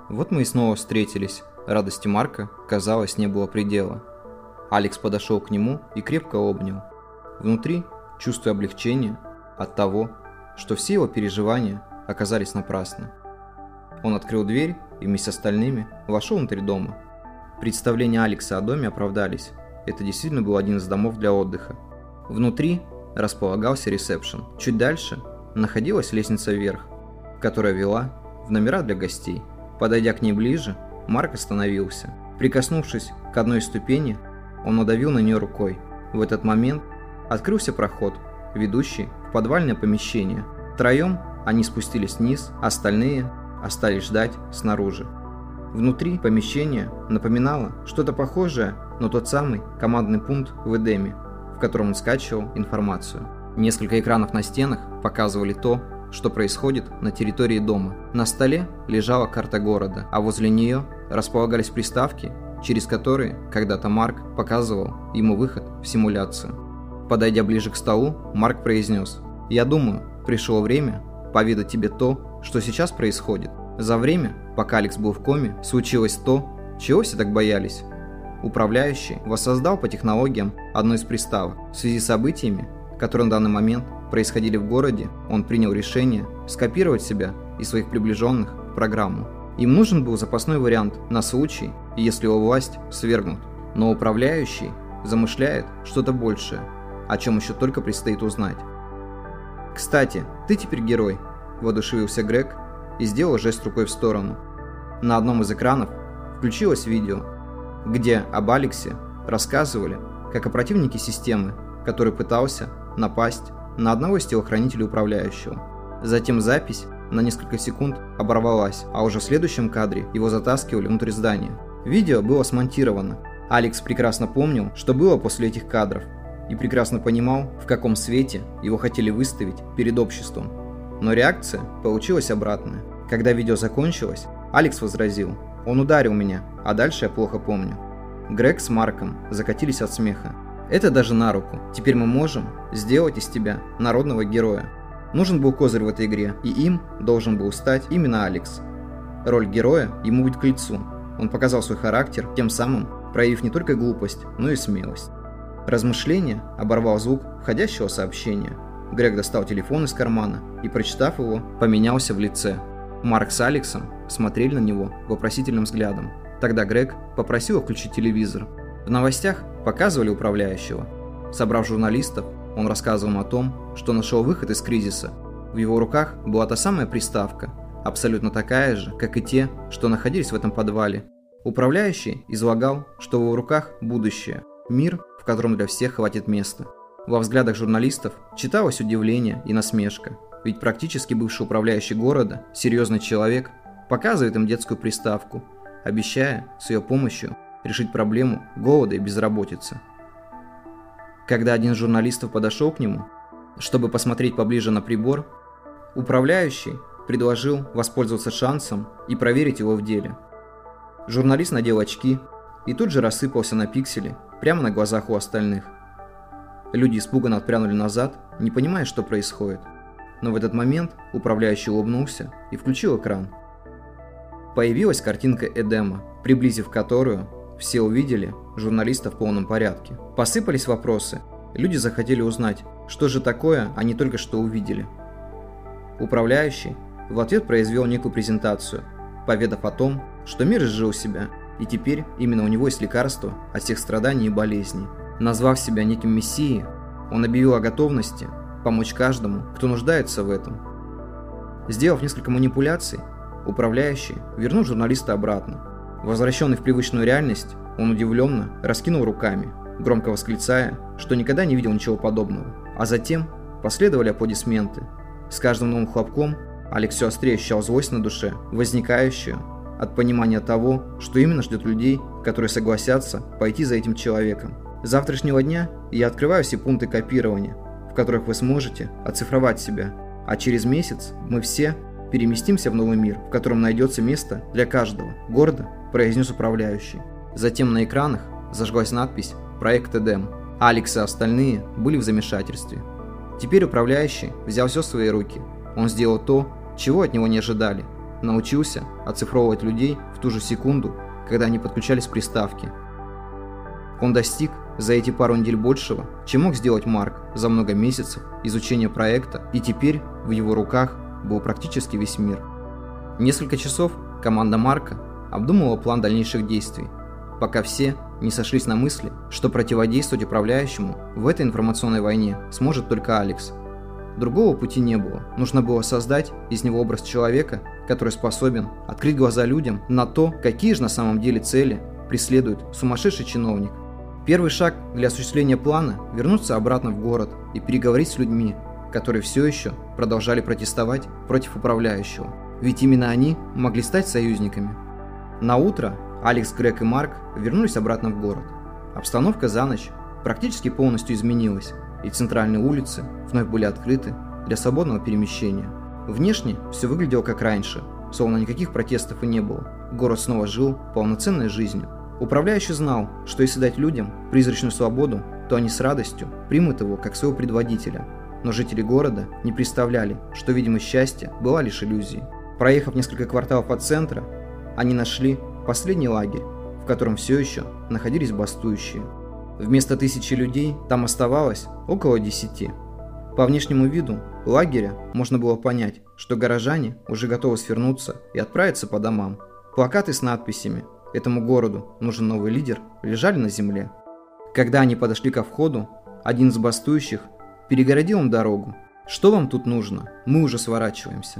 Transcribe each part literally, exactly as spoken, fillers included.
Вот мы и снова встретились. Радости Марка, казалось, не было предела. Алекс подошел к нему и крепко обнял. Внутри, чувствуя облегчение от того, что все его переживания оказались напрасны. Он открыл дверь и вместе с остальными вошел внутрь дома. Представления Алекса о доме оправдались. Это действительно был один из домов для отдыха. Внутри располагался ресепшн. Чуть дальше находилась лестница вверх, которая вела в номера для гостей. Подойдя к ней ближе, Марк остановился. Прикоснувшись к одной из ступеней, он надавил на нее рукой. В этот момент открылся проход, ведущий в подвальное помещение. Втроем они спустились вниз, остальные остались ждать снаружи. Внутри помещения напоминало что-то похожее на тот самый командный пункт в Эдеме, в котором он скачивал информацию. Несколько экранов на стенах показывали то, что происходит на территории дома. На столе лежала карта города, а возле нее располагались приставки, через которые когда-то Марк показывал ему выход в симуляцию. Подойдя ближе к столу, Марк произнес: «Я думаю, пришло время поведать тебе то, что сейчас происходит. За время, пока Алекс был в коме, случилось то, чего все так боялись. Управляющий воссоздал по технологиям одну из приставок. В связи с событиями, которые на данный момент происходили в городе, он принял решение скопировать себя и своих приближенных в программу. Им нужен был запасной вариант на случай, если его власть свергнут. Но управляющий замышляет что-то большее, о чем еще только предстоит узнать. «Кстати, ты теперь герой», – воодушевился Грег и сделал жест рукой в сторону. На одном из экранов включилось видео, где об Алексе рассказывали как о противнике системы, который пытался напасть на одного из телохранителей управляющего. Затем запись на несколько секунд оборвалась, а уже в следующем кадре его затаскивали внутрь здания. Видео было смонтировано. Алекс прекрасно помнил, что было после этих кадров, и прекрасно понимал, в каком свете его хотели выставить перед обществом. Но реакция получилась обратная. Когда видео закончилось, Алекс возразил: «Он ударил меня, а дальше я плохо помню». Грег с Марком закатились от смеха. «Это даже на руку. Теперь мы можем сделать из тебя народного героя». Нужен был козырь в этой игре, и им должен был стать именно Алекс. Роль героя ему будет к лицу. Он показал свой характер, тем самым проявив не только глупость, но и смелость. Размышление оборвал звук входящего сообщения. Грег достал телефон из кармана и, прочитав его, поменялся в лице. Марк с Алексом смотрели на него вопросительным взглядом. Тогда Грег попросил включить телевизор. В новостях показывали управляющего. Собрав журналистов, он рассказывал им о том, что нашел выход из кризиса. В его руках была та самая приставка, абсолютно такая же, как и те, что находились в этом подвале. Управляющий излагал, что в его руках будущее, мир, в котором для всех хватит места. Во взглядах журналистов читалось удивление и насмешка, ведь практически бывший управляющий города, серьезный человек, показывает им детскую приставку, обещая с ее помощью решить проблему голода и безработицы. Когда один из журналистов подошел к нему, чтобы посмотреть поближе на прибор, управляющий предложил воспользоваться шансом и проверить его в деле. Журналист надел очки и тут же рассыпался на пиксели прямо на глазах у остальных. Люди испуганно отпрянули назад, не понимая, что происходит. Но в этот момент управляющий улыбнулся и включил экран. Появилась картинка Эдема, приблизив которую все увидели журналиста в полном порядке. Посыпались вопросы. Люди захотели узнать, что же такое они только что увидели. Управляющий в ответ произвел некую презентацию, поведав о том, что мир изжил себя, и теперь именно у него есть лекарство от всех страданий и болезней. Назвав себя неким мессией, он объявил о готовности помочь каждому, кто нуждается в этом. Сделав несколько манипуляций, управляющий вернул журналиста обратно. Возвращенный в привычную реальность, он удивленно раскинул руками, громко восклицая, что никогда не видел ничего подобного. А затем последовали аплодисменты. С каждым новым хлопком Алекс все острее ощущал злость на душе, возникающую от понимания того, что именно ждет людей, которые согласятся пойти за этим человеком. С завтрашнего дня я открываю все пункты копирования, в которых вы сможете оцифровать себя, а через месяц мы все переместимся в новый мир, в котором найдется место для каждого, гордо произнес управляющий. Затем на экранах зажглась надпись «Проект Эдем». Алекс и остальные были в замешательстве. Теперь управляющий взял все в свои руки. Он сделал то, чего от него не ожидали. научился оцифровывать людей в ту же секунду, когда они подключались к приставке. Он достиг за эти пару недель большего, чем мог сделать Марк за много месяцев изучения проекта, и теперь в его руках был практически весь мир. Несколько часов команда Марка обдумывала план дальнейших действий, пока все не сошлись на мысли, что противодействовать управляющему в этой информационной войне сможет только Алекс. Другого пути не было, нужно было создать из него образ человека, который способен открыть глаза людям на то, какие же на самом деле цели преследует сумасшедший чиновник. Первый шаг для осуществления плана – вернуться обратно в город и переговорить с людьми, которые все еще продолжали протестовать против управляющего, ведь именно они могли стать союзниками. На утро Алекс, Грег и Марк вернулись обратно в город. Обстановка за ночь практически полностью изменилась, и центральные улицы вновь были открыты для свободного перемещения. Внешне все выглядело как раньше, словно никаких протестов и не было. Город снова жил полноценной жизнью. Управляющий знал, что если дать людям призрачную свободу, то они с радостью примут его как своего предводителя. Но жители города не представляли, что видимость счастья была лишь иллюзией. Проехав несколько кварталов от центра, они нашли последний лагерь, в котором все еще находились бастующие. Вместо тысячи людей там оставалось около десяти. По внешнему виду лагеря можно было понять, что горожане уже готовы свернуться и отправиться по домам. Плакаты с надписями «Этому городу нужен новый лидер» лежали на земле. Когда они подошли ко входу, один из бастующих перегородил им дорогу. «Что вам тут нужно? Мы уже сворачиваемся».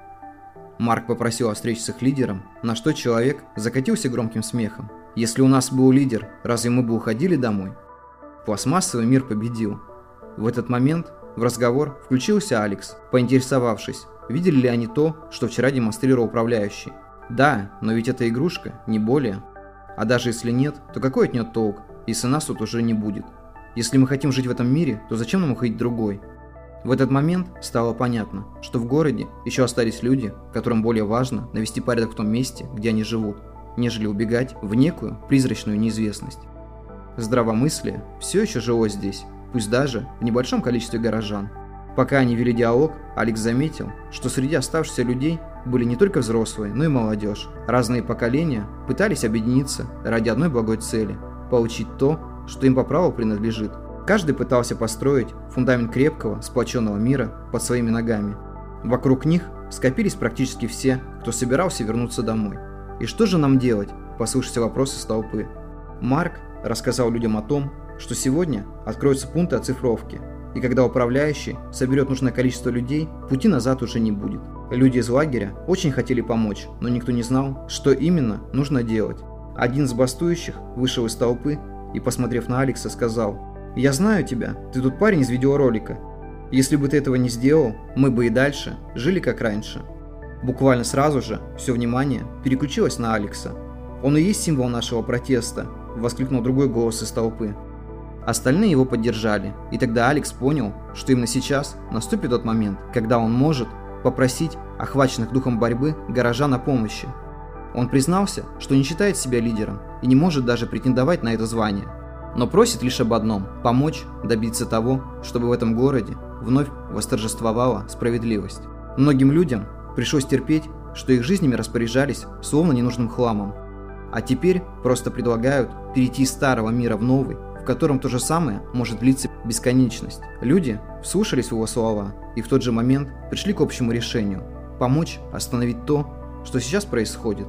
Марк попросил о встрече с их лидером, на что человек закатился громким смехом. «Если у нас был лидер, разве мы бы уходили домой?» Пластмассовый мир победил. В этот момент в разговор включился Алекс, поинтересовавшись, видели ли они то, что вчера демонстрировал управляющий. «Да, но ведь это игрушка, не более. А даже если нет, то какой от нее толк, если нас тут уже не будет? Если мы хотим жить в этом мире, то зачем нам уходить в другой?» В этот момент стало понятно, что в городе еще остались люди, которым более важно навести порядок в том месте, где они живут, нежели убегать в некую призрачную неизвестность. Здравомыслие все еще жило здесь, пусть даже в небольшом количестве горожан. Пока они вели диалог, Алекс заметил, что среди оставшихся людей были не только взрослые, но и молодежь. Разные поколения пытались объединиться ради одной благой цели – получить то, что им по праву принадлежит. Каждый пытался построить фундамент крепкого, сплоченного мира под своими ногами. Вокруг них скопились практически все, кто собирался вернуться домой. «И что же нам делать?» – послышался вопрос из толпы. Марк рассказал людям о том, что сегодня откроются пункты оцифровки, и когда управляющий соберет нужное количество людей, пути назад уже не будет. Люди из лагеря очень хотели помочь, но никто не знал, что именно нужно делать. Один из бастующих вышел из толпы и, посмотрев на Алекса, сказал: «Я знаю тебя, ты тут парень из видеоролика. Если бы ты этого не сделал, мы бы и дальше жили как раньше». Буквально сразу же все внимание переключилось на Алекса. «Он и есть символ нашего протеста», – воскликнул другой голос из толпы. Остальные его поддержали, и тогда Алекс понял, что именно сейчас наступит тот момент, когда он может попросить охваченных духом борьбы горожан о помощи. Он признался, что не считает себя лидером и не может даже претендовать на это звание, но просит лишь об одном – помочь добиться того, чтобы в этом городе вновь восторжествовала справедливость. Многим людям пришлось терпеть, что их жизнями распоряжались словно ненужным хламом, а теперь просто предлагают перейти из старого мира в новый, в котором то же самое может длиться бесконечность. Люди вслушались в его слова и в тот же момент пришли к общему решению – помочь остановить то, что сейчас происходит.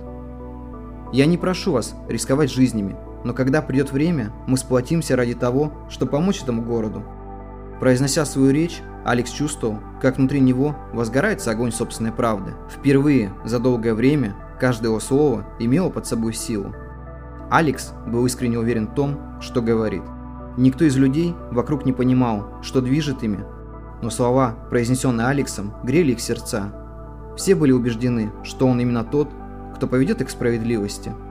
«Я не прошу вас рисковать жизнями, но когда придет время, мы сплотимся ради того, чтобы помочь этому городу». Произнося свою речь, Алекс чувствовал, как внутри него возгорается огонь собственной правды. Впервые за долгое время каждое его слово имело под собой силу. Алекс был искренне уверен в том, что говорит. Никто из людей вокруг не понимал, что движет ими, но слова, произнесенные Алексом, грели их сердца. Все были убеждены, что он именно тот, кто поведет их к справедливости.